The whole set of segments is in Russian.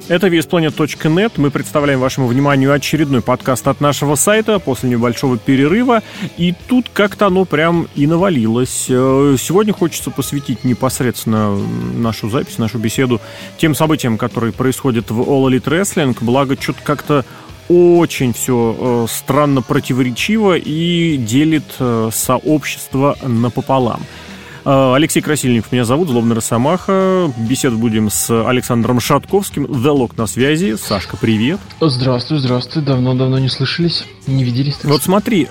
Это VSPlanet.net. Мы представляем вашему вниманию очередной подкаст от нашего сайта после небольшого перерыва. И тут как-то оно прям и навалилось. Сегодня хочется посвятить непосредственно нашу запись, нашу беседу тем событиям, которые происходят в All Elite Wrestling. Благо, что-то как-то очень все странно противоречиво и делит сообщество напополам. Алексей Красильников меня зовут, Злобный Росомаха. Беседу будем с Александром Шатковским. The Lock на связи. Сашка, привет. Здравствуй. Давно не слышались, не виделись. Вот смотри,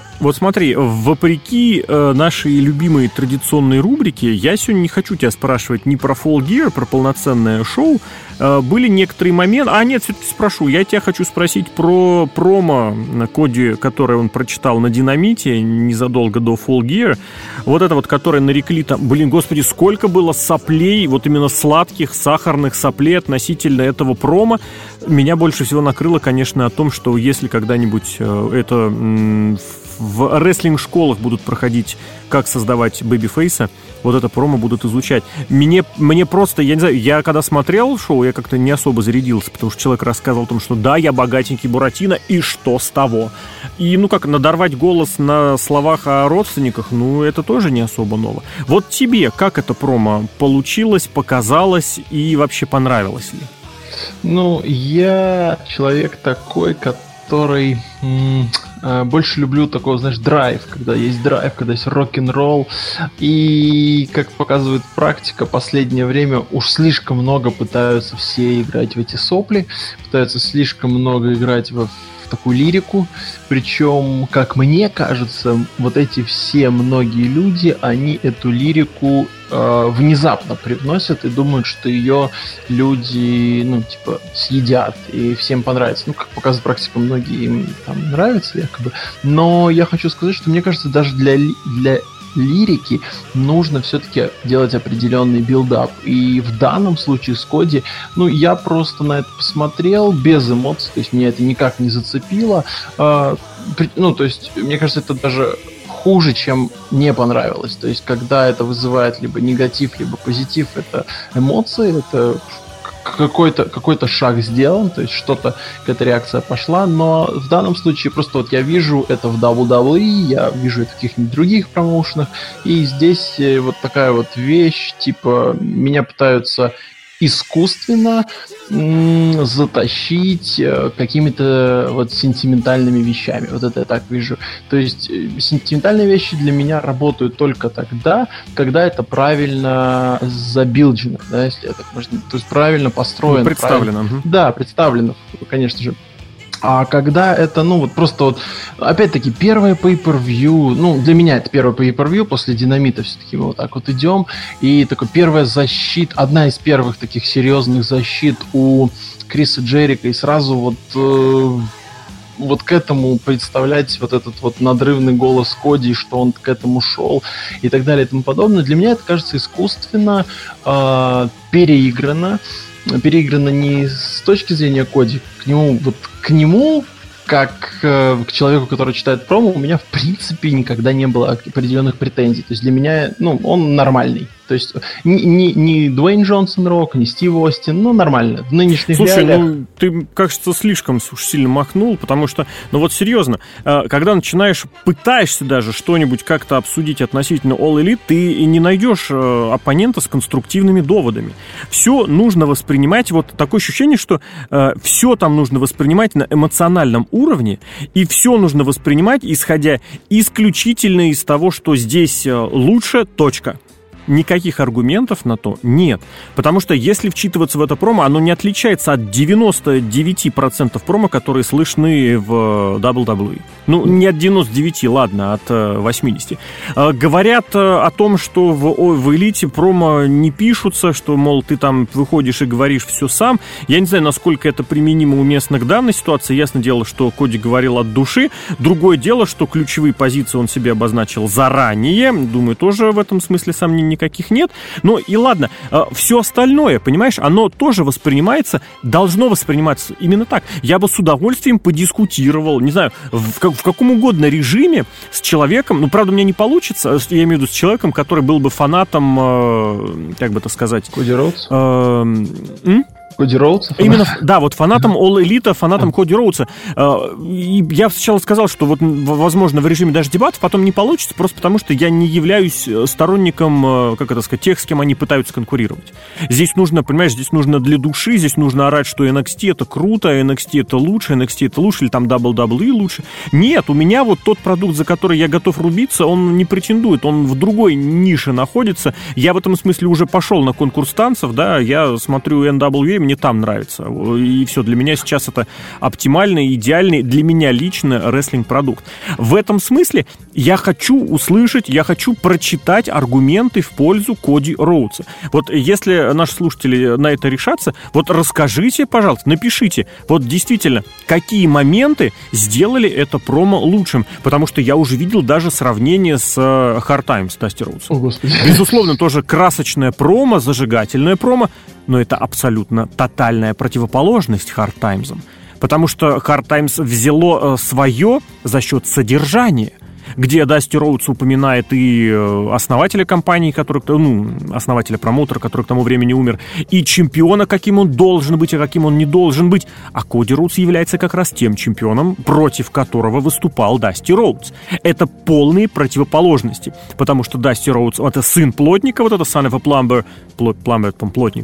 вопреки нашей любимой традиционной рубрике, я сегодня не хочу тебя спрашивать ни про Full Gear, про полноценное шоу. Были некоторые моменты... Нет, все-таки спрошу. Я тебя хочу спросить про промо на Коди, которое он прочитал на Динамите незадолго до Full Gear. Вот это вот, которое нарекли там... Господи, сколько было соплей, вот именно сладких, сахарных соплей относительно этого промо. Меня больше всего накрыло, конечно, о том, что если когда-нибудь это в рестлинг-школах будут проходить, как создавать бэби-фейса, вот это промо будут изучать. Мне просто, я не знаю, я когда смотрел шоу, я как-то не особо зарядился, потому что человек рассказывал о том, что да, я богатенький Буратино, и что с того? И, надорвать голос на словах о родственниках, это тоже не особо ново. Вот тебе как это промо получилось, показалось и вообще понравилось ли? Я человек такой, который... больше люблю такого, драйв, когда есть рок-н-ролл. И, как показывает практика, последнее время уж слишком много пытаются все играть в эти сопли, пытаются слишком много играть в такую лирику. Причем, как мне кажется, вот эти все многие люди, они эту лирику внезапно привносят и думают, что ее люди, съедят и всем понравится. Как показывает практика, многие им там нравится якобы. Но я хочу сказать, что мне кажется, даже для лирики нужно все-таки делать определенный билдап. И в данном случае с Коди, я просто на это посмотрел без эмоций, то есть меня это никак не зацепило. То есть, мне кажется, это даже хуже, чем не понравилось. То есть, когда это вызывает либо негатив, либо позитив, это эмоции, это какой-то шаг сделан, то есть что-то, какая-то реакция пошла, но в данном случае просто я вижу это в WWE, я вижу это в каких-нибудь других промоушенах, и здесь вот такая вот вещь, меня пытаются искусственно затащить какими-то сентиментальными вещами. Вот это я так вижу. То есть сентиментальные вещи для меня работают только тогда, когда это правильно забилджено, да, если это можно, то есть правильно построено. Представлено. Да, представлено, конечно же. А когда это, опять-таки, первое pay-per-view, для меня это первое pay-per-view, после Динамита все-таки мы вот так вот идем, и такой первая защита, одна из первых таких серьезных защит у Криса Джерика, и сразу к этому представлять вот этот надрывный голос Коди, что он к этому шел, и так далее, и тому подобное. Для меня это кажется искусственно, переиграно не с точки зрения Коди, к нему, как к человеку, который читает промо, у меня в принципе никогда не было определенных претензий. То есть для меня, он нормальный. То есть не Дуэйн Джонсон Рок, не Стив Остин, нормально. В нынешних реалиях... ты, кажется, слишком уж сильно махнул, потому что, серьезно, когда пытаешься даже что-нибудь как-то обсудить относительно All Elite, ты не найдешь оппонента с конструктивными доводами. Все нужно воспринимать, такое ощущение, что все там нужно воспринимать на эмоциональном уровне, и все нужно воспринимать, исходя исключительно из того, что здесь лучше, точка. Никаких аргументов на то нет. Потому что если вчитываться в это промо, оно не отличается от 99% промо, которые слышны в WWE. Не от 99, ладно, от 80. Говорят о том, что в Элите промо не пишутся, что, мол, ты там выходишь и говоришь все сам. Я не знаю, насколько это применимо уместно к данной ситуации. Ясное дело, что Коди говорил от души. Другое дело, что ключевые позиции он себе обозначил заранее. Думаю, тоже в этом смысле сомнений никаких нет. И ладно, все остальное, понимаешь, оно тоже должно восприниматься именно так. Я бы с удовольствием подискутировал, не знаю, в каком угодно режиме с человеком, правда, у меня не получится, я имею в виду с человеком, который был бы фанатом, как бы это сказать... Коди Роудс? Коди Роудса? Именно, да, вот фанатом All Elite, фанатом Коди Роудса. И я сначала сказал, что вот, возможно, в режиме даже дебатов потом не получится, просто потому что я не являюсь сторонником, как это сказать, тех, с кем они пытаются конкурировать. Здесь нужно, понимаешь, здесь нужно для души, здесь нужно орать, что NXT это круто, NXT это лучше, или там WWE лучше. Нет, у меня вот тот продукт, за который я готов рубиться, он не претендует, он в другой нише находится. Я в этом смысле уже пошел на конкурс танцев, да, я смотрю NWA, мне там нравится. И все, для меня сейчас это оптимальный, идеальный, для меня лично рестлинг-продукт. В этом смысле я хочу услышать, я хочу прочитать аргументы в пользу Коди Роудса. Вот если наши слушатели на это решатся, вот расскажите, пожалуйста, напишите, вот действительно, какие моменты сделали это промо лучшим, потому что я уже видел даже сравнение с Hard Times Дасти Роудса. О, Господи. Безусловно, тоже красочное промо, зажигательное промо, но это абсолютно тотальная противоположность Hard Times'ам, потому что Hard Times взяло свое за счет содержания, где Дасти Роудс упоминает и основателя компании, основателя промоутера, который к тому времени умер, и чемпиона, каким он должен быть, а каким он не должен быть. А Коди Роудс является как раз тем чемпионом, против которого выступал Дасти Роудс. Это полные противоположности, потому что Дасти Роудс — это сын плотника, вот это son of a plumber, plumber, плотник,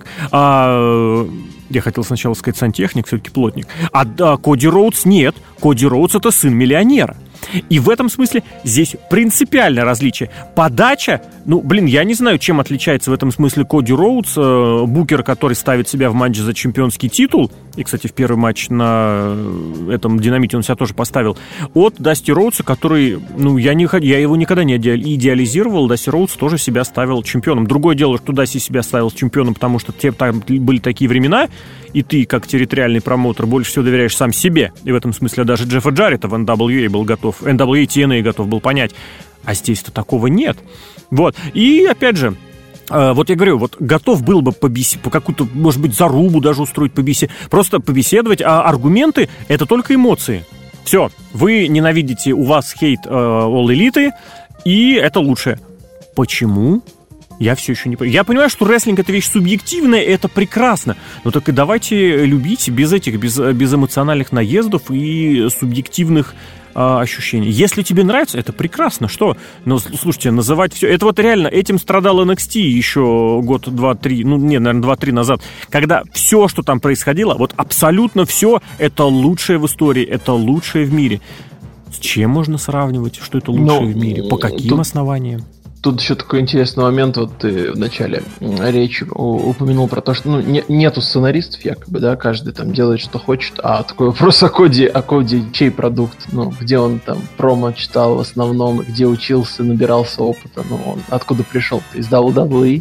я хотел сначала сказать сантехник, все-таки плотник. А Коди Роудс нет. Коди Роудс — это сын миллионера. И в этом смысле здесь принципиальное различие. Подача, я не знаю, чем отличается в этом смысле Коди Роудс, букер, который ставит себя в матче за чемпионский титул, и, кстати, в первый матч на этом Динамите он себя тоже поставил, от Дасти Роудса, который, я его никогда не идеализировал, Дасти Роудс тоже себя ставил чемпионом. Другое дело, что Дасти себя ставил чемпионом, потому что там были такие времена, и ты, как территориальный промоутер, больше всего доверяешь сам себе. И в этом смысле даже Джеффа Джаррета в NWA был готов, NWA TNA готов был понять. А здесь-то такого нет. Вот. И, опять же, вот я говорю, вот готов был бы по какую-то, может быть, зарубу даже устроить просто побеседовать, а аргументы — это только эмоции. Все, вы ненавидите, у вас хейт All Elite, и это лучше. Почему? Я все еще не понимаю. Я понимаю, что рестлинг — это вещь субъективная, и это прекрасно. Но так и давайте любить без эмоциональных наездов и субъективных ощущений. Если тебе нравится, это прекрасно. Что? Но, слушайте, называть все... Это вот реально, этим страдал NXT еще год, 2-3, наверное, 2-3 назад, когда все, что там происходило, вот абсолютно все, это лучшее в истории, это лучшее в мире. С чем можно сравнивать, что это лучшее в мире? По каким основаниям? Тут еще такой интересный момент, вот ты в начале речи упомянул про то, что нету сценаристов якобы, да, каждый там делает, что хочет, а такой вопрос о Коди чей продукт, где он там промо читал в основном, где учился, набирался опыта, он откуда пришел-то, из WWE.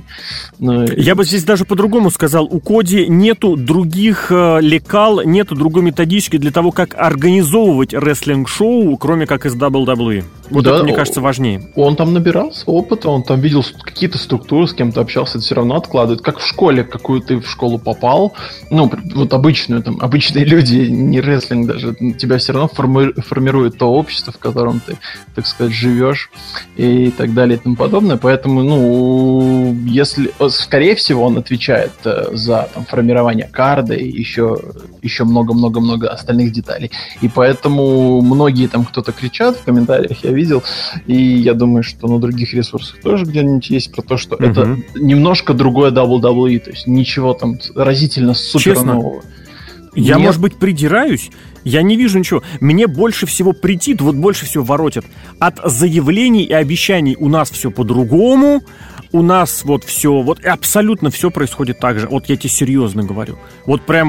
Я бы здесь даже по-другому сказал, у Коди нету других лекал, нету другой методички для того, как организовывать рестлинг-шоу, кроме как из WWE. Вот да, это, мне кажется, важнее. Он там набирался опыта, он там видел какие-то структуры, с кем-то общался, это все равно откладывает. Как в школе, какую ты в школу попал, вот обычную, там, обычные люди, не рестлинг даже, тебя все равно формирует то общество, в котором ты, так сказать, живешь и так далее и тому подобное. Поэтому, если, скорее всего, он отвечает за там, формирование карда и еще много-много-много остальных деталей. И поэтому многие там кто-то кричат в комментариях, я видел, и я думаю, что на других ресурсах тоже где-нибудь есть про то, что это немножко другое WWE, то есть ничего там разительно супер нового. Я, может быть, придираюсь, я не вижу ничего. Мне больше всего претит, вот больше всего воротит от заявлений и обещаний: у нас все по-другому, у нас вот все, вот абсолютно все происходит так же. Вот я тебе серьезно говорю. Вот прям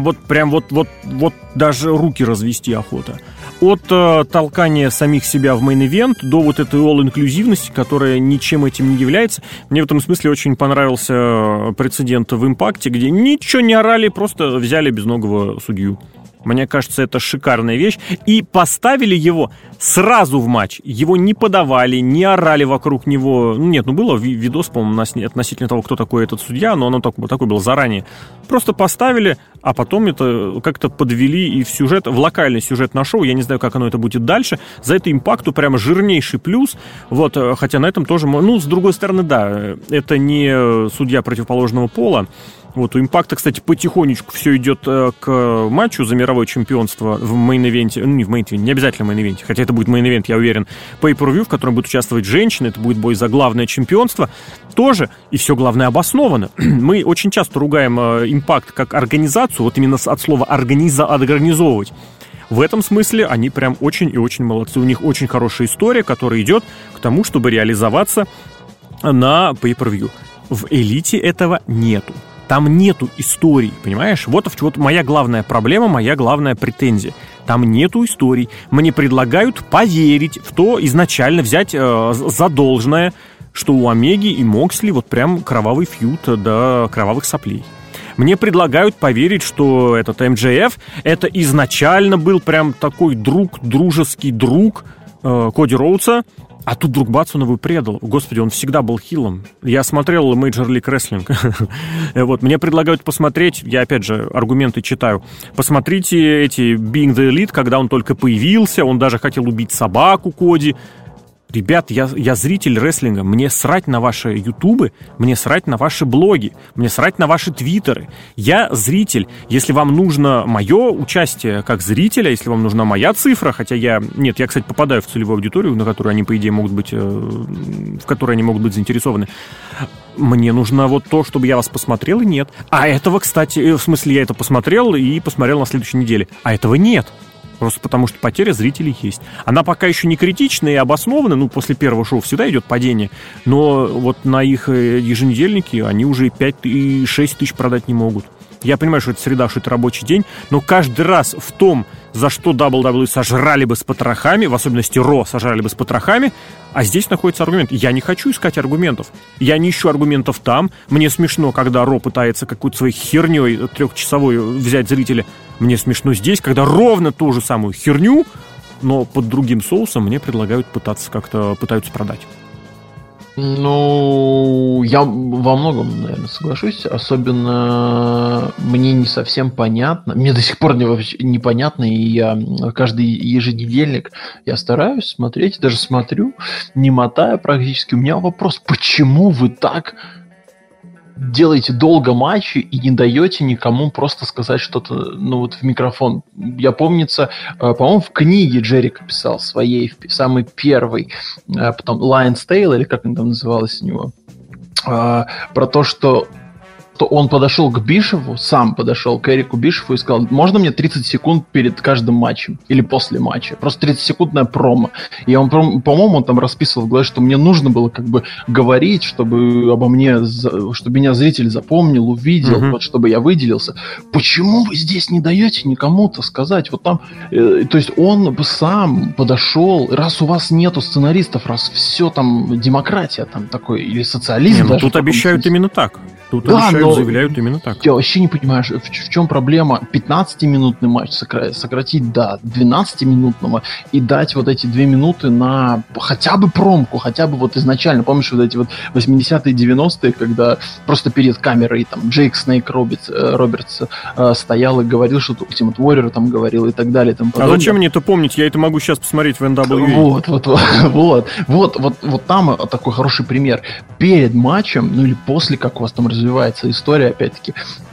даже руки развести охота. От толкания самих себя в мейн-ивент до вот этой all-инклюзивности, которая ничем этим не является. Мне в этом смысле очень понравился прецедент в Импакте, где ничего не орали, просто взяли безногого судью. Мне кажется, это шикарная вещь. И поставили его сразу в матч. Его не подавали, не орали вокруг него. Было видос, по-моему, относительно того, кто такой этот судья, но оно такой был заранее. Просто поставили, а потом это как-то подвели и в локальный сюжет на шоу. Я не знаю, как оно это будет дальше. За это Импакту прямо жирнейший плюс. Вот, хотя на этом тоже... с другой стороны, да, это не судья противоположного пола. Вот у Импакта, кстати, потихонечку все идет к матчу за мировое чемпионство в мейн-ивенте. Ну, не в мейн-ивенте, не обязательно в мейн-ивенте, хотя это будет мейн-ивент, я уверен. Pay-per-view, в котором будут участвовать женщины, это будет бой за главное чемпионство. Тоже, и все главное обосновано. Мы очень часто ругаем Импакт как организацию, вот именно от слова организовывать. В этом смысле они прям очень и очень молодцы. У них очень хорошая история, которая идет к тому, чтобы реализоваться на Pay-per-view. В Элите этого нету. Там нету историй, понимаешь? Вот моя главная проблема, моя главная претензия. Там нету историй. Мне предлагают поверить в то, изначально взять за должное, что у Омеги и Моксли вот прям кровавый фьюд до кровавых соплей. Мне предлагают поверить, что этот МДФ это изначально был прям такой дружеский друг Коди Роудса, а тут вдруг бац, он его предал. Господи, он всегда был хилом. Я смотрел Major League Wrestling. Вот, мне предлагают посмотреть, я опять же аргументы читаю, посмотрите эти Being the Elite, когда он только появился, он даже хотел убить собаку Коди. Ребят, я зритель рестлинга, мне срать на ваши ютубы, мне срать на ваши блоги, мне срать на ваши твиттеры. Я зритель. Если вам нужно мое участие как зрителя, если вам нужна моя цифра, хотя я, кстати, попадаю в целевую аудиторию, на которую они, по идее, могут быть, в которой они могут быть заинтересованы. Мне нужно вот то, чтобы я вас посмотрел, и нет. А этого, кстати, в смысле, я это посмотрел и посмотрел на следующей неделе. А этого нет. Просто потому, что потеря зрителей есть. Она пока еще не критична и обоснована. После первого шоу всегда идет падение. Но вот на их еженедельнике они уже 5 и 6 тысяч продать не могут. Я понимаю, что это среда, что это рабочий день, но каждый раз в том, за что WWE сожрали бы с потрохами, в особенности Ро сожрали бы с потрохами, а здесь находится аргумент. Я не хочу искать аргументов. Я не ищу аргументов там. Мне смешно, когда Ро пытается какую-то своей херней 3-часовой взять зрителя. Мне смешно здесь, когда ровно ту же самую херню, но под другим соусом мне предлагают пытаются продать. Ну, я во многом, наверное, соглашусь. Особенно мне не совсем понятно. Мне до сих пор вообще непонятно. И я каждый еженедельник я стараюсь смотреть, даже смотрю, не мотая практически. У меня вопрос, почему вы так делаете долго матчи и не даете никому просто сказать что-то, в микрофон. Я помнится, по-моему, в книге Джерико писал своей, самый первый, потом Lion's Tale, или как он там называлось у него, про то, что он подошел к Бишеву, сам подошел к Эрику Бишеву и сказал, можно мне 30 секунд перед каждым матчем или после матча? Просто 30-секундная промо. И он, по-моему, он там расписывал в голове, что мне нужно было как бы говорить, чтобы обо мне, чтобы меня зритель запомнил, увидел, вот чтобы я выделился. Почему вы здесь не даете никому-то сказать? Вот там, то есть он сам подошел, раз у вас нету сценаристов, раз все там демократия там такой, или социализм. Тут обещают именно так. Тут заявляют именно так. Я вообще не понимаю, в чем проблема 15-минутный матч сократить до 12-минутного и дать вот эти 2 минуты на хотя бы промку, хотя бы вот изначально. Помнишь вот эти вот 80-е, 90-е, когда просто перед камерой там Джейк Снейк Робертс стоял и говорил, что Ultimate Warrior там говорил и так далее. И тому подобное. А зачем мне это помнить? Я это могу сейчас посмотреть в NWA. Вот там такой хороший пример. Перед матчем, или после, как у вас там развивается история, опять-таки,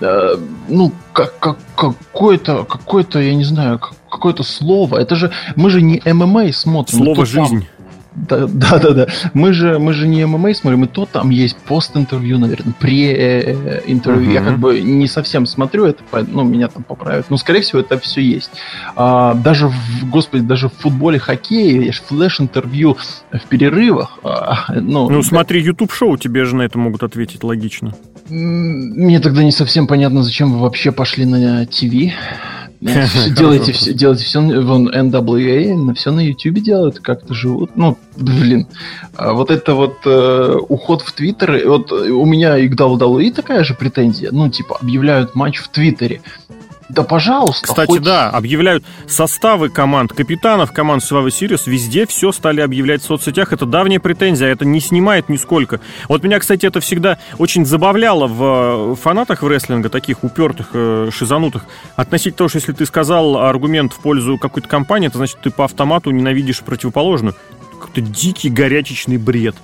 какое-то, я не знаю, какое-то слово. Это же, мы же не ММА смотрим. Слово «жизнь». Да. Мы же не ММА смотрим, и то там есть пост-интервью, наверное, пре-интервью. Я как бы не совсем смотрю это, меня там поправят. Но, скорее всего, это все есть. Даже в футболе, хоккее есть флеш-интервью в перерывах. Смотри YouTube-шоу, тебе же на это могут ответить логично. Мне тогда не совсем понятно, зачем вы вообще пошли на ТВ. Делайте все, вон NWA, все на YouTube делают, как-то живут. Вот это вот уход в Твиттер. Вот у меня и к WWE такая же претензия. Объявляют матч в Твиттере. Да, пожалуйста. Кстати, да, объявляют составы команд, капитанов команд Survivor Series, везде все стали объявлять в соцсетях. Это давняя претензия, это не снимает нисколько. Вот меня, кстати, это всегда очень забавляло в фанатах рестлинга, таких упертых, шизанутых, относительно того, что если ты сказал аргумент в пользу какой-то компании, это значит, ты по автомату ненавидишь противоположную. Какой-то дикий горячечный бред.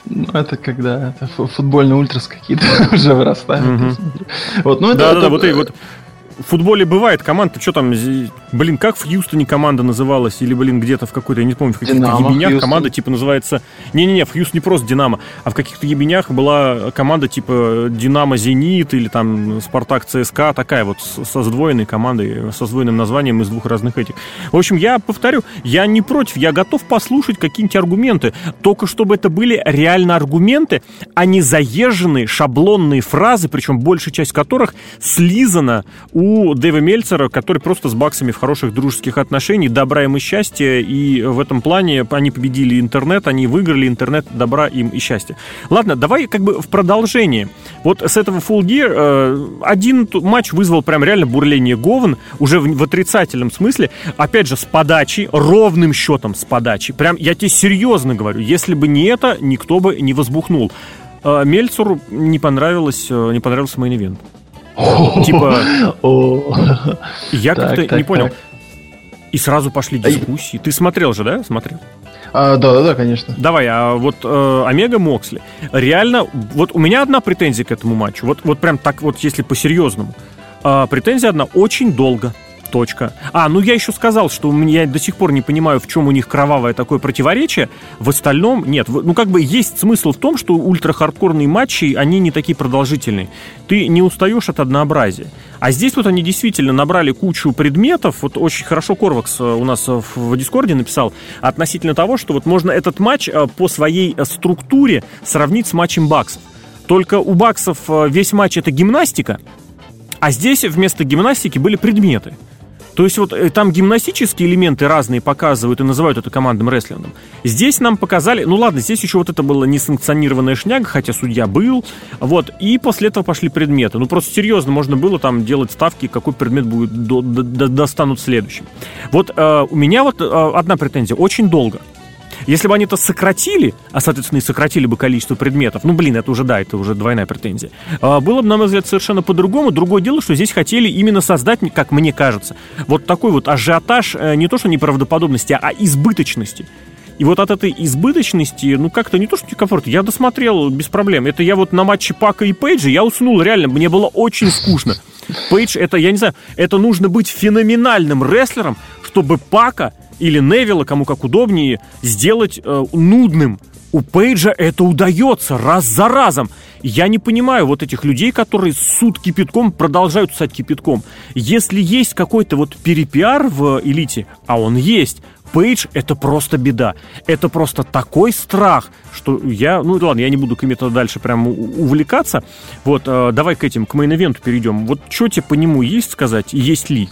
Ну, это когда футбольные ультрас какие-то уже вырастают. Вот, ну, да, вот в футболе бывает команда, что там, блин, как в Хьюстоне команда называлась, или, блин, где-то в какой-то, я не помню, в каких-то ебенях Хьюстон. Команда типа называется... Не-не-не, в Хьюстоне просто Динамо, а в каких-то ебенях была команда типа Динамо Зенит или там Спартак ЦСКА, такая вот со сдвоенной командой, со сдвоенным названием из двух разных этих. В общем, я повторю, я не против, я готов послушать какие-нибудь аргументы, только чтобы это были реально аргументы, а не заезженные шаблонные фразы, причем большая часть которых слизана у Дэйва Мельцера, который просто с баксами в хороших дружеских отношениях, добра им и счастья, и в этом плане они победили интернет, они выиграли интернет, добра им и счастья. Ладно, давай как бы в продолжение. Вот с этого Full Gear один матч вызвал прям реально бурление говен, уже в отрицательном смысле, опять же, с подачи, ровным счетом с подачи. Прям, я тебе серьезно говорю, если бы не это, никто бы не возбухнул. Мельцеру не понравился мейн-ивент. Типа, я как-то не понял. И сразу пошли дискуссии. Ты смотрел же, да? Смотрел? Да, конечно. Давай, а вот Омега Моксли. Реально, вот у меня одна претензия к этому матчу. Вот прям так вот, если по-серьезному. Претензия одна: очень долго. Точка. Ну я еще сказал, что я до сих пор не понимаю, в чем у них кровавое такое противоречие. В остальном нет. Ну как бы есть смысл в том, что ультра-хардкорные матчи, они не такие продолжительные. Ты не устаешь от однообразия. А здесь вот они действительно набрали кучу предметов. Вот очень хорошо Корвакс у нас в Дискорде написал относительно того, что вот можно этот матч по своей структуре сравнить с матчем Баксов. Только у Баксов весь матч — это гимнастика, а здесь вместо гимнастики были предметы. То есть вот там гимнастические элементы разные показывают и называют это командным рестлингом. Здесь нам показали... Ну ладно, здесь еще вот это была несанкционированная шняга, хотя судья был. Вот, и после этого пошли предметы. Ну просто серьезно, можно было там делать ставки, какой предмет будет достанут следующим. Вот у меня вот одна претензия. Очень долго. Если бы они это сократили, а, соответственно, и сократили бы количество предметов, ну, блин, это уже двойная претензия, было бы, на мой взгляд, совершенно по-другому. Другое дело, что здесь хотели именно создать, как мне кажется, вот такой вот ажиотаж, не то что неправдоподобности, а избыточности. И вот от этой избыточности, ну, как-то не то что некомфортно, я досмотрел без проблем. Это я вот на матче Пака и Пейджа, я уснул, реально, мне было очень скучно. Пейдж, это, я не знаю, это нужно быть феноменальным рестлером, чтобы Пака или Невилла, кому как удобнее, сделать нудным. У Пейджа это удается раз за разом. Я не понимаю вот этих людей, которые ссут кипятком, продолжают ссать кипятком. Если есть какой-то вот перепиар в элите, а он есть, Пейдж — это просто беда. Это просто такой страх, что я... Ну ладно, я не буду к дальше прям увлекаться. Вот, давай к мейн-ивенту перейдем. Вот что тебе по нему есть сказать, и есть ли?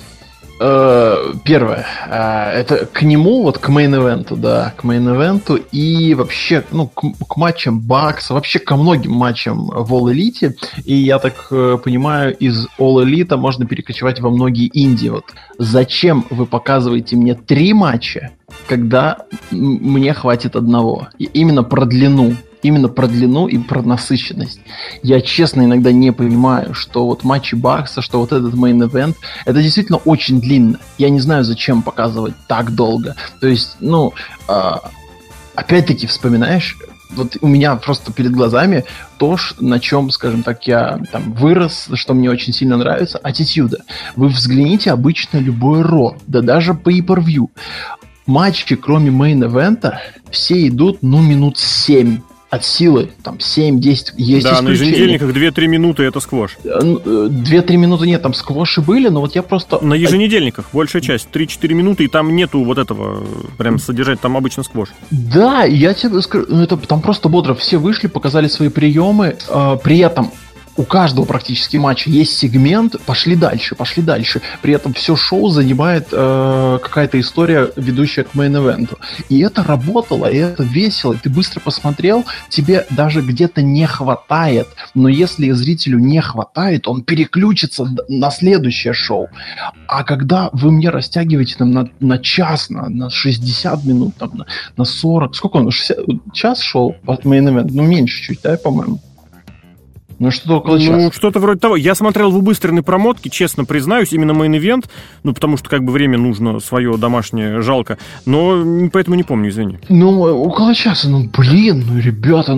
Первое, это к нему, вот к мейн-ивенту, да, к мейн-ивенту и вообще, ну, к матчам Бакса, вообще ко многим матчам в All Elite, и я так понимаю, из All Elite можно перекочевать во многие инди. Вот зачем вы показываете мне 3 матча, когда мне хватит одного? И именно про длину и про насыщенность. Я честно иногда не понимаю, что вот матчи Бакса, что вот этот мейн-эвент, это действительно очень длинно. Я не знаю, зачем показывать так долго. То есть, ну, опять-таки вспоминаешь, вот у меня просто перед глазами то, на чем, скажем так, я там вырос, что мне очень сильно нравится, аттитюда. Вы взгляните обычно любой Ро, да даже pay-per-view. Матчи, кроме мейн-эвента, все идут, ну, минут 7. От силы, там, 7-10, есть исключения. Да, на еженедельниках 2-3 минуты это сквош. 2-3 минуты нет, там сквоши были, но вот я просто... На еженедельниках большая часть, 3-4 минуты, и там нету вот этого, прям содержать, там обычно сквош. Да, я тебе скажу, ну это там просто бодро, все вышли, показали свои приемы, при этом у каждого практически матча есть сегмент, пошли дальше. При этом все шоу занимает какая-то история, ведущая к мейн-эвенту. И это работало, и это весело. И ты быстро посмотрел, тебе даже где-то не хватает. Но если зрителю не хватает, он переключится на следующее шоу. А когда вы мне растягиваете там на час, на 60 минут, там, на 40... Сколько он? 60, час шоу? Мейн-эвент? Ну, меньше чуть, да, по-моему? Ну, что-то около часа. Ну, что-то вроде того. Я смотрел в убыстренной промотке, честно признаюсь, именно мейн-ивент, ну, потому что, как бы, время нужно свое домашнее, жалко, но поэтому не помню, извини. Ну, около часа, ребята,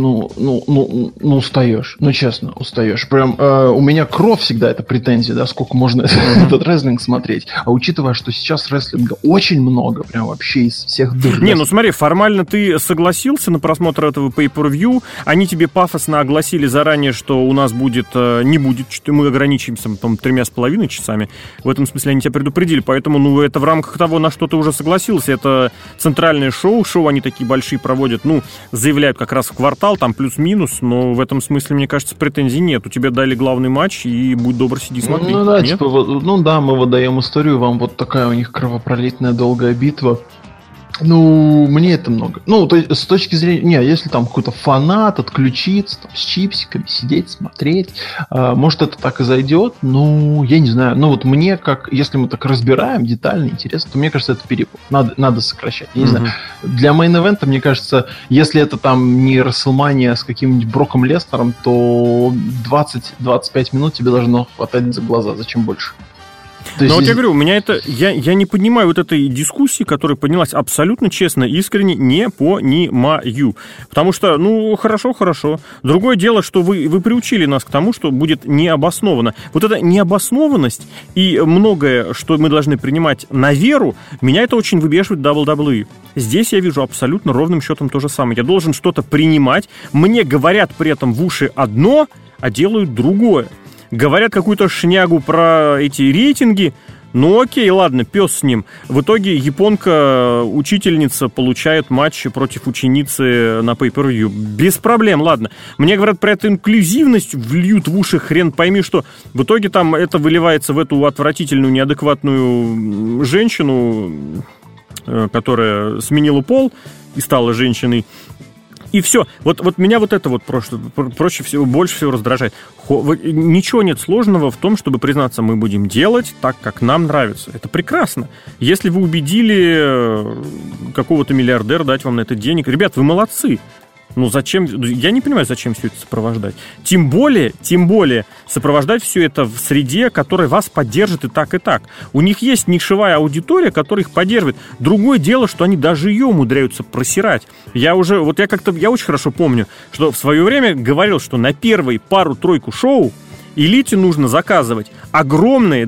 устаешь. Ну, честно, устаешь. Прям у меня кровь всегда это претензия, да, сколько можно этот рестлинг смотреть. А учитывая, что сейчас рестлинга очень много, прям вообще из всех дыр. Не, ну смотри, формально ты согласился на просмотр этого pay-per-view, они тебе пафосно огласили заранее, что у нас не будет, что мы ограничимся, по-моему, 3,5 часами. В этом смысле они тебя предупредили, поэтому, ну, это в рамках того, на что ты уже согласился. Это центральное шоу они такие большие проводят, ну, заявляют как раз в квартал, там плюс-минус, но в этом смысле, мне кажется, претензий нет. У тебя дали главный матч, и будь добр, сиди, смотри. Ну да, нет? типа, мы выдаем историю, вам вот такая у них кровопролитная долгая битва. Ну, мне это много. Ну, то есть, с точки зрения... если там какой-то фанат отключиться, там, с чипсиками, сидеть, смотреть, может, это так и зайдет, ну, я не знаю. Ну, вот мне, если мы так разбираем детально, интересно, то мне кажется, это перебор. Надо сокращать. Я не знаю. Для мейн-эвента, мне кажется, если это там не Расселмания с каким-нибудь Броком Леснером, то 20-25 минут тебе должно хватать за глаза. Зачем больше? Но вот я говорю, у меня это... Я не понимаю вот этой дискуссии, которая поднялась, абсолютно честно, искренне не понимаю. Потому что, ну, хорошо. Другое дело, что вы приучили нас к тому, что будет необоснованно. Вот эта необоснованность и многое, что мы должны принимать на веру, меня это очень выбешивает WWE. Здесь я вижу абсолютно ровным счетом то же самое. Я должен что-то принимать, мне говорят при этом в уши одно, а делают другое. Говорят какую-то шнягу про эти рейтинги. Ну окей, ладно, пес с ним. В итоге японка-учительница получает матч против ученицы на pay-per-view. Без проблем, ладно. Мне говорят про эту инклюзивность, вольют в уши хрен пойми что. В итоге там это выливается в эту отвратительную, неадекватную женщину, которая сменила пол и стала женщиной. И все. Вот меня вот это вот больше всего раздражает. Ничего нет сложного в том, чтобы признаться, мы будем делать так, как нам нравится. Это прекрасно. Если вы убедили какого-то миллиардера дать вам на это денег, ребят, вы молодцы. Ну зачем? Я не понимаю, зачем все это сопровождать. Тем более сопровождать все это в среде, которая вас поддержит и так, и так. У них есть нишевая аудитория, которая их поддерживает. Другое дело, что они даже ее умудряются просирать. Я очень хорошо помню, что в свое время говорил, что на первые пару-тройку шоу элите нужно заказывать огромные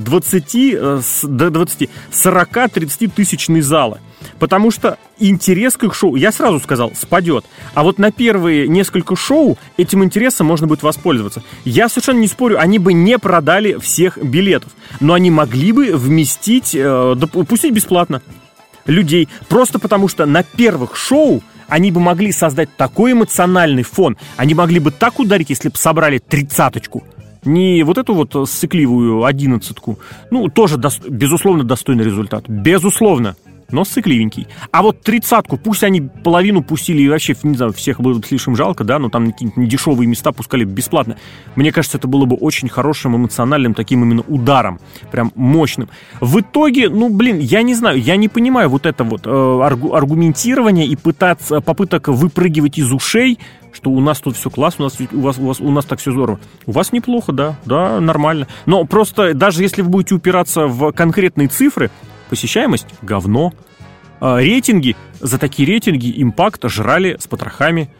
40-30 тысячные залы. Потому что интерес к их шоу, я сразу сказал, спадет. А вот на первые несколько шоу этим интересом можно будет воспользоваться. Я совершенно не спорю, они бы не продали всех билетов. Но они могли бы вместить, пустить бесплатно людей. Просто потому что на первых шоу они бы могли создать такой эмоциональный фон. Они могли бы так ударить, если бы собрали 30-очку. Не вот эту вот сыкливую 11-ку. Ну, тоже, безусловно, достойный результат. Безусловно. Но сыкливенький. А вот 30-ку, пусть они половину пустили, и вообще, не знаю, всех было слишком жалко, да, но там какие-то дешевые места пускали бесплатно. Мне кажется, это было бы очень хорошим эмоциональным таким именно ударом. Прям мощным. В итоге, я не знаю, я не понимаю вот это вот аргументирование и попыток выпрыгивать из ушей, что у нас тут все классно, у нас так все здорово. У вас неплохо, да, нормально. Но просто даже если вы будете упираться в конкретные цифры, посещаемость – говно. Рейтинги, за такие рейтинги Импакт жрали с потрохами,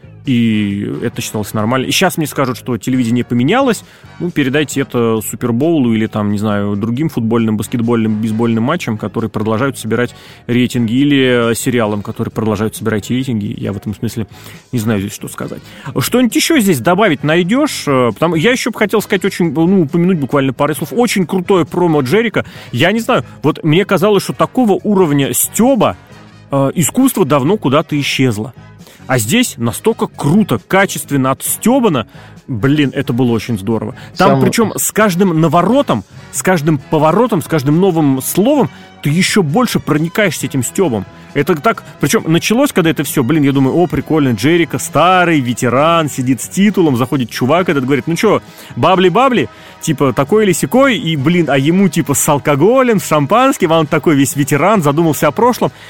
и это считалось нормально. И сейчас мне скажут, что телевидение поменялось, передайте это Супербоулу или там, не знаю, другим футбольным, баскетбольным, бейсбольным матчам, которые продолжают собирать рейтинги, или сериалам, которые продолжают собирать рейтинги. Я в этом смысле не знаю здесь, что сказать. Что-нибудь еще здесь добавить найдешь? Я еще бы хотел сказать упомянуть буквально пару слов. Очень крутое промо Джерика. Я не знаю, вот мне казалось, что такого уровня стёба искусство давно куда-то исчезло. А здесь настолько круто, качественно отстебано. Блин, это было очень здорово. Там причем с каждым наворотом, с каждым поворотом, с каждым новым словом ты еще больше проникаешься этим стебом. Это так... Причем началось, когда это все, я думаю, прикольно, Джерика, старый ветеран, сидит с титулом, заходит чувак этот, говорит, бабли-бабли, типа, такой или сякой, и, а ему, типа, с алкоголем, с шампанским, а он такой весь ветеран, задумался о прошлом.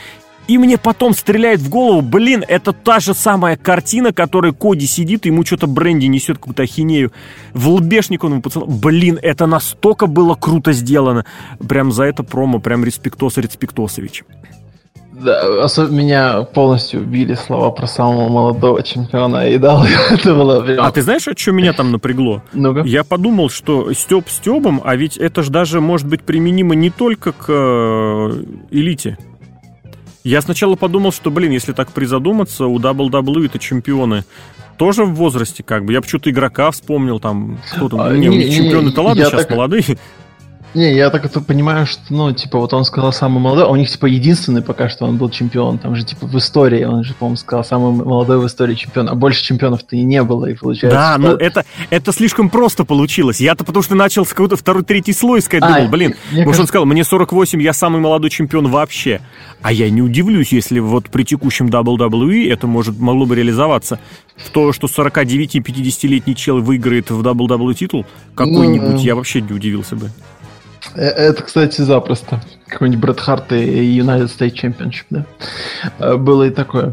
И мне потом стреляет в голову, блин, это та же самая картина, которой Коди сидит, и ему что-то Бренди несет какую-то ахинею. В лбешник он ему поцеловал. Блин, это настолько было круто сделано. Прям за это промо, прям респектосович. Да, меня полностью убили слова про самого молодого чемпиона Айдала. Это было прям... А ты знаешь, что меня там напрягло? Ну-ка. Я подумал, что Стёб Стёбом, а ведь это же даже может быть применимо не только к элите. Я сначала подумал, что, блин, если так призадуматься, у WWE-то чемпионы тоже в возрасте, как бы. Я почему-то игрока вспомнил, там, кто там. Не, у них чемпионы-то ладно, сейчас так... молодые. Не, я так это понимаю, что, ну, типа, вот он сказал самый молодой, а у них, типа, единственный пока что он был чемпион, там же, типа, в истории, он же, по-моему, сказал, самый молодой в истории чемпион, а больше чемпионов-то и не было, и получается... Да, что... ну, это слишком просто получилось, я-то потому что начал с какой-то второй, третий слой искать, думал, блин, может, он сказал, мне 48, я самый молодой чемпион вообще, а я не удивлюсь, если вот при текущем WWE это могло бы реализоваться, то, что 49-50-летний чел выиграет в WWE титул какой-нибудь, я вообще не удивился бы. Это, кстати, запросто. Какой-нибудь Брэд Харт и United States Championship, да? Было и такое.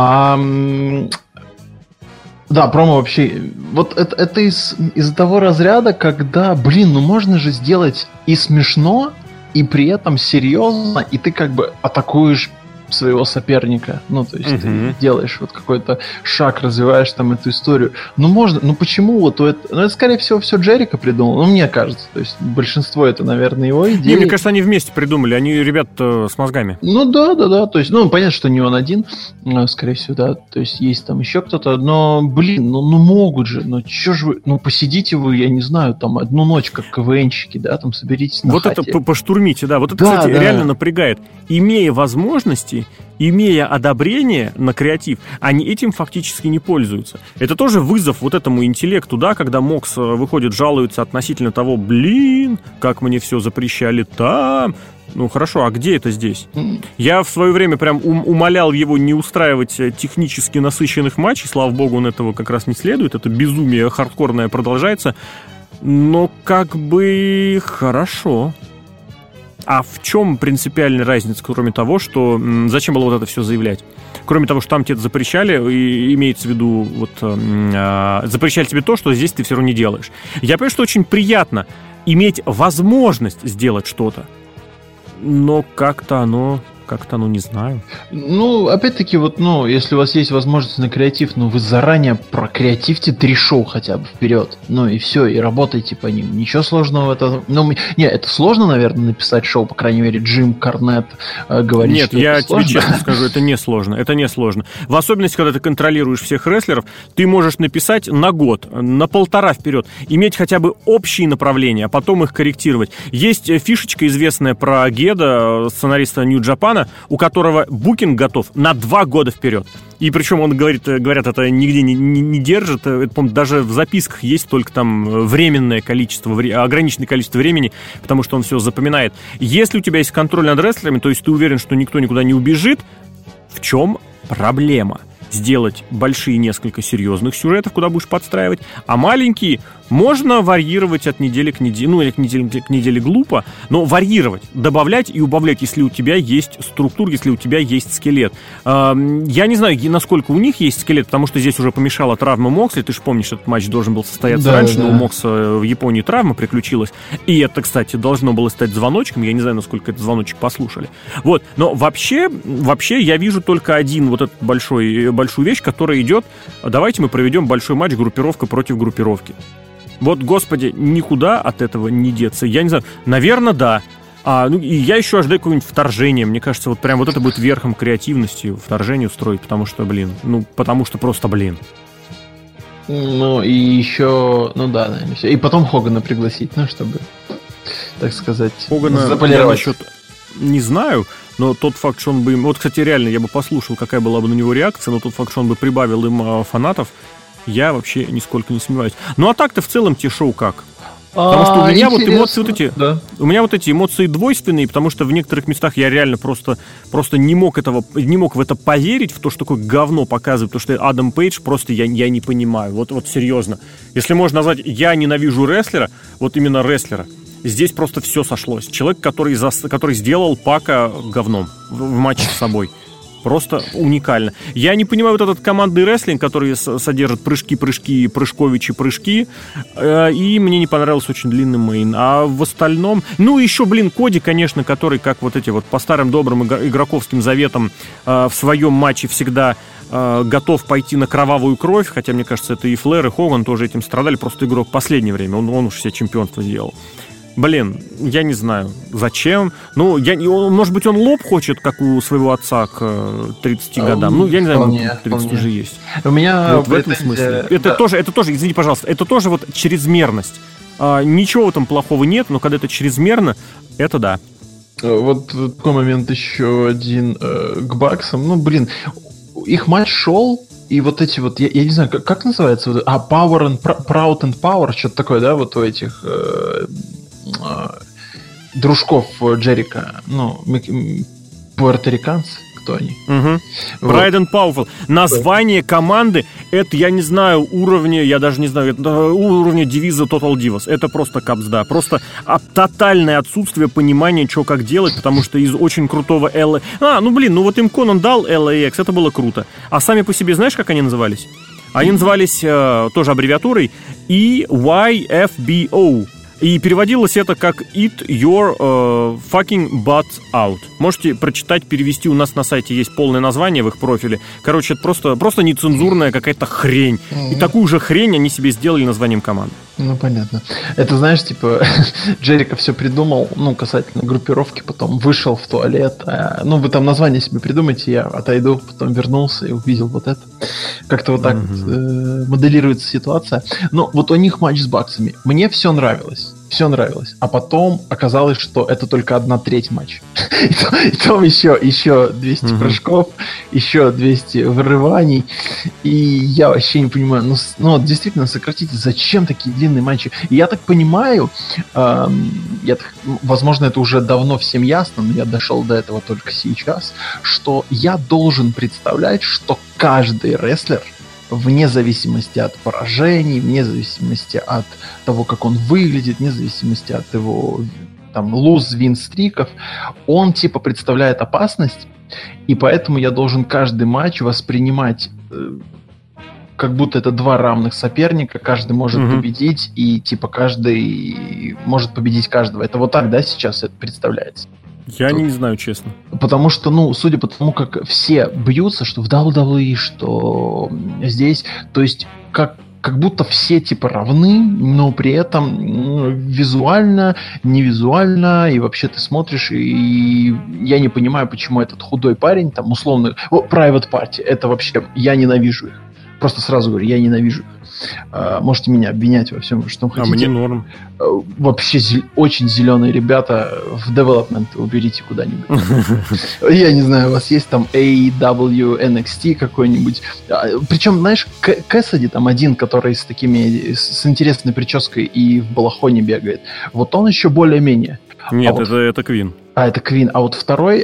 Да, промо вообще... Вот это из того разряда, когда, блин, ну можно же сделать и смешно, и при этом серьезно, и ты как бы атакуешь своего соперника. Ну, то есть ты делаешь вот какой-то шаг, развиваешь там эту историю. Ну, можно, ну почему вот это... Ну, это, скорее всего, все Джерико придумал, ну, мне кажется. То есть большинство это, наверное, его идеи. Не, мне кажется, они вместе придумали, они ребята с мозгами. Ну, да. То есть, ну, понятно, что не он один, скорее всего, да. То есть есть там еще кто-то, но, блин, ну могут же, ну, чё же вы... Ну, посидите вы, я не знаю, там, одну ночь, как КВНщики, да, там, соберитесь на хате. Вот это поштурмите, да. Вот это, кстати, реально напрягает. Имея возможности, имея одобрение на креатив, они этим фактически не пользуются. Это тоже вызов вот этому интеллекту, да, когда Мокс выходит, жалуется относительно того, блин, как мне все запрещали там. Ну хорошо, а где это здесь? Я в свое время прям умолял его не устраивать технически насыщенных матчей, слава богу, он этого как раз не следует, это безумие хардкорное продолжается, но как бы хорошо. А в чем принципиальная разница, кроме того, что... Зачем было вот это все заявлять? Кроме того, что там тебе это запрещали, и имеется в виду, вот, запрещали тебе то, что здесь ты все равно не делаешь. Я понимаю, что очень приятно иметь возможность сделать что-то, но как-то оно не знаю. Ну, опять-таки, вот, ну, если у вас есть возможность на креатив, ну, вы заранее прокреативьте 3 шоу хотя бы вперед. Ну, и все, и работайте по ним. Ничего сложного в этом... Ну, не, это сложно, наверное, написать шоу, по крайней мере, Джим Корнет говорит, нет, что я это сложно. тебе честно скажу, это не сложно. В особенности, когда ты контролируешь всех рестлеров, ты можешь написать на год, на 1,5 вперед, иметь хотя бы общие направления, а потом их корректировать. Есть фишечка известная про Геда, сценариста New Japan, у которого букинг готов на 2 года вперед. И причем он говорят, это нигде не держит. Это, по-моему, даже в записках есть только там временное количество, ограниченное количество времени, потому что он все запоминает. Если у тебя есть контроль над рестлерами, то есть ты уверен, что никто никуда не убежит, в чем проблема? Сделать большие несколько серьезных сюжетов, куда будешь подстраивать, а маленькие можно варьировать от недели к неделе, ну, или к неделе глупо, но варьировать, добавлять и убавлять, если у тебя есть структура, если у тебя есть скелет. Я не знаю, насколько у них есть скелет, потому что здесь уже помешала травма Моксли, ты же помнишь, этот матч должен был состояться раньше, но у Мокса в Японии травма приключилась, и это, кстати, должно было стать звоночком, я не знаю, насколько этот звоночек послушали. Вот, но вообще я вижу только один вот этот большую вещь, которая идет, давайте мы проведем большой матч группировка против группировки. Вот, господи, никуда от этого не деться. Я не знаю, наверное, да. Ну, и я еще ожидаю какое-нибудь вторжение. Мне кажется, вот прям вот это будет верхом креативности, вторжение устроить, потому что просто, блин. Ну, и еще, ну да, наверное, все. И потом Хогана пригласить, ну, чтобы, так сказать, Хогана заполировать. Я насчет не знаю, но тот факт, что он бы... Вот, кстати, реально, я бы послушал, какая была бы на него реакция, но тот факт, что он бы прибавил им фанатов, я вообще нисколько не сомневаюсь. Ну, а так-то в целом те шоу как? Потому что у меня вот эмоции вот эти... Да. У меня вот эти эмоции двойственные, потому что в некоторых местах я реально просто не мог в это поверить, в то, что такое говно показывает, потому что Адам Пейдж просто я не понимаю. Вот серьезно. Если можно назвать «я ненавижу рестлера», вот именно рестлера, здесь просто все сошлось. Человек, который сделал Пака говном в матче с собой. Просто уникально. Я не понимаю вот этот командный рестлинг, который содержит прыжки, прыжковичи, прыжки. И мне не понравился очень длинный мейн. А в остальном... Ну, еще, Коди, конечно, который, как вот эти вот по старым добрым игроковским заветам в своем матче всегда готов пойти на кровавую кровь. Хотя, мне кажется, это и Флэр, и Хоган тоже этим страдали. Просто игрок в последнее время. Он уж все чемпионство сделал. Я не знаю, зачем. Может быть, он лоб хочет, как у своего отца, к 30 годам. Я не знаю, 30 уже есть. У меня вот в этом смысле. Это тоже, извините, пожалуйста, это тоже вот чрезмерность. Ничего в этом плохого нет, но когда это чрезмерно, это да. Вот такой момент еще один к Баксам. Их матч шел, и вот эти вот, я не знаю, как называется? Power and Proud and Power, что-то такое, да, вот у этих... дружков Джерика, пуэрториканцы, кто они? Угу. Pride and Powerful. Название команды, это, я не знаю, уровня девиза Total Divas. Это просто капсда. Просто тотальное отсутствие понимания, что как делать, потому что из очень крутого LA... вот им Конан дал LAX, это было круто. А сами по себе знаешь, как они назывались? Они назывались тоже аббревиатурой EYFBO. И переводилось это как «Eat your fucking butt out». Можете прочитать, перевести. У нас на сайте есть полное название в их профиле. Короче, это просто нецензурная какая-то хрень. И такую же хрень они себе сделали названием команды. Понятно. Это, знаешь, Джерика все придумал, касательно группировки, потом вышел в туалет. Вы там название себе придумайте, я отойду, потом вернулся и увидел вот это. Как-то вот так моделируется ситуация. Но вот у них матч с Баксами. Мне все нравилось. А потом оказалось, что это только 1/3 матча. И там еще 200 прыжков, еще 200 вырываний. И я вообще не понимаю, действительно, сократите, зачем такие длинные матчи? И я так понимаю, возможно, это уже давно всем ясно, но я дошел до этого только сейчас, что я должен представлять, что каждый рестлер, вне зависимости от поражений, вне зависимости от того, как он выглядит, вне зависимости от его луз-вин-стриков, он представляет опасность, и поэтому я должен каждый матч воспринимать как будто это два равных соперника, каждый может победить, и каждый может победить каждого. Это вот так, да, сейчас это представляется? Я не знаю, честно. Потому что, судя по тому, как все бьются, что в WWE, что здесь, то есть как будто все равны, но при этом визуально, невизуально, и вообще ты смотришь, и я не понимаю, почему этот худой парень, условно, Private Party, это вообще, я ненавижу их. Просто сразу говорю, я ненавижу их. Можете меня обвинять во всем, что хотите. А мне норм. Вообще очень зеленые ребята. В development уберите куда-нибудь. Я не знаю, у вас есть там AEW, NXT какой-нибудь. Причем, знаешь, Кэссиди там один, который с интересной прической и в балахоне бегает. Вот он еще более-менее. Нет, это Квин. Это Квин. А вот второй,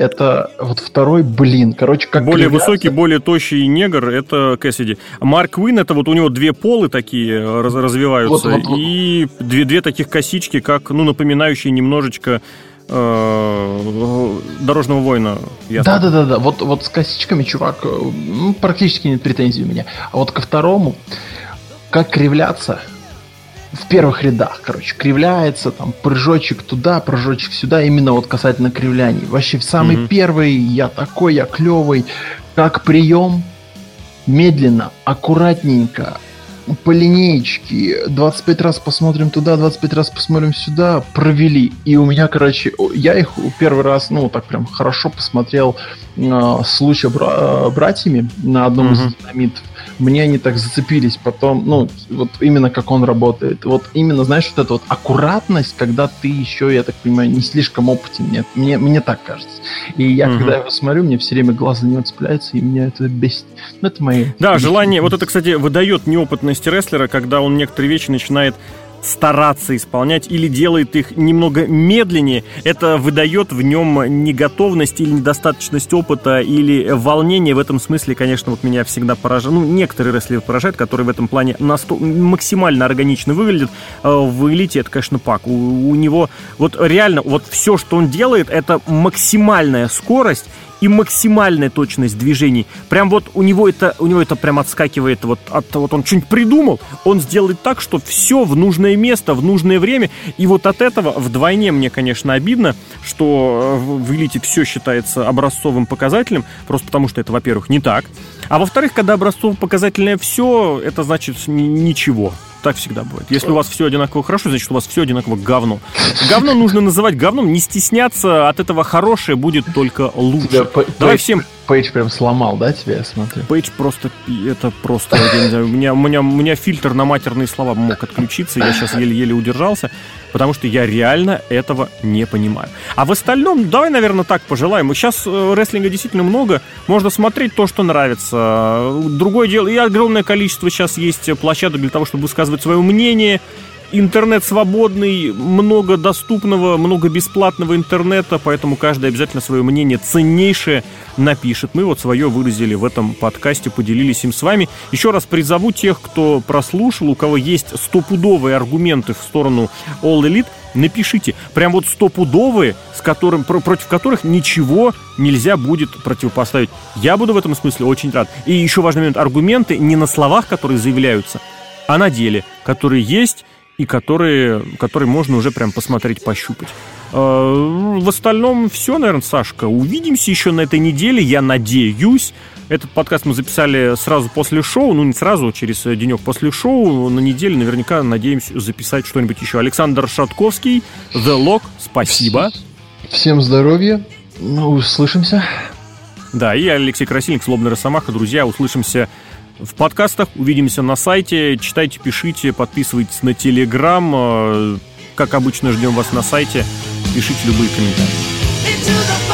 короче, как более высокий, более тощий негр, это Кэссиди. Марк Квин, это вот у него две полы такие развиваются, и две таких косички, как, напоминающие немножечко Дорожного воина. Да. Вот с косичками, чувак, практически нет претензий у меня. А вот ко второму, как кривляться... В первых рядах, кривляется, прыжочек туда, прыжочек сюда, именно вот касательно кривляний. Вообще в самый первый я клевый, как прием, медленно, аккуратненько, по линеечке, 25 раз посмотрим туда, 25 раз посмотрим сюда, провели. И у меня, я их первый раз, так прям хорошо посмотрел с Луча братьями на одном из динамитов. Мне они так зацепились потом, вот именно как он работает. Вот именно, знаешь, вот эта вот аккуратность, когда ты еще, я так понимаю, не слишком опытен. Мне так кажется. И я, когда его смотрю, мне все время глаз за него цепляется, и меня это бесит. Это мои... Да, желание... Вот это, кстати, выдает неопытность рестлера, когда он некоторые вещи начинает стараться исполнять или делает их немного медленнее. Это выдает в нем неготовность или недостаточность опыта или волнение. В этом смысле, конечно, вот меня всегда поражает. Некоторые рестлеры поражают, которые в этом плане максимально органично выглядят. В элите это, конечно, Пак. У него вот реально вот все, что он делает, это максимальная скорость и максимальная точность движений. Прям вот у него это прям отскакивает вот он что-нибудь придумал, он сделает так, что все в нужное место, в нужное время. И вот от этого вдвойне мне, конечно, обидно, что в элите все считается образцовым показателем, просто потому что это, во-первых, не так. А во-вторых, когда образцово-показательное все, это значит ничего. Так всегда бывает. Если у вас все одинаково хорошо, значит, у вас все одинаково говно. Говно нужно называть говном, не стесняться, от этого хорошее будет только лучше. Давай всем... Пейдж прям сломал, да, тебя, я смотрю? Пейдж просто, я не знаю, у меня фильтр на матерные слова мог отключиться, я сейчас еле-еле удержался, потому что я реально этого не понимаю. А в остальном, давай, наверное, так пожелаем. Сейчас рестлинга действительно много, можно смотреть то, что нравится. Другое дело, и огромное количество сейчас есть площадок для того, чтобы высказывать свое мнение. Интернет свободный, много доступного, много бесплатного интернета, поэтому каждый обязательно свое мнение ценнейшее напишет. Мы вот свое выразили в этом подкасте, поделились им с вами. Еще раз призову тех, кто прослушал, у кого есть стопудовые аргументы в сторону All Elite, напишите. Прям вот стопудовые, против которых ничего нельзя будет противопоставить. Я буду в этом смысле очень рад. И еще важный момент, аргументы не на словах, которые заявляются, а на деле, которые есть, и которые можно уже прям посмотреть, пощупать. В остальном все, наверное, Сашка. Увидимся еще на этой неделе, я надеюсь. Этот подкаст мы записали сразу после шоу, не сразу, через денек после шоу. На неделе наверняка надеемся записать что-нибудь еще. Александр Шатковский, The Lock, спасибо. Всем здоровья, услышимся. Да, и Алексей Красильник, Злобный Росомаха. Друзья, услышимся в подкастах, увидимся на сайте. Читайте, пишите, подписывайтесь на Телеграм. Как обычно, ждем вас на сайте. Пишите любые комментарии.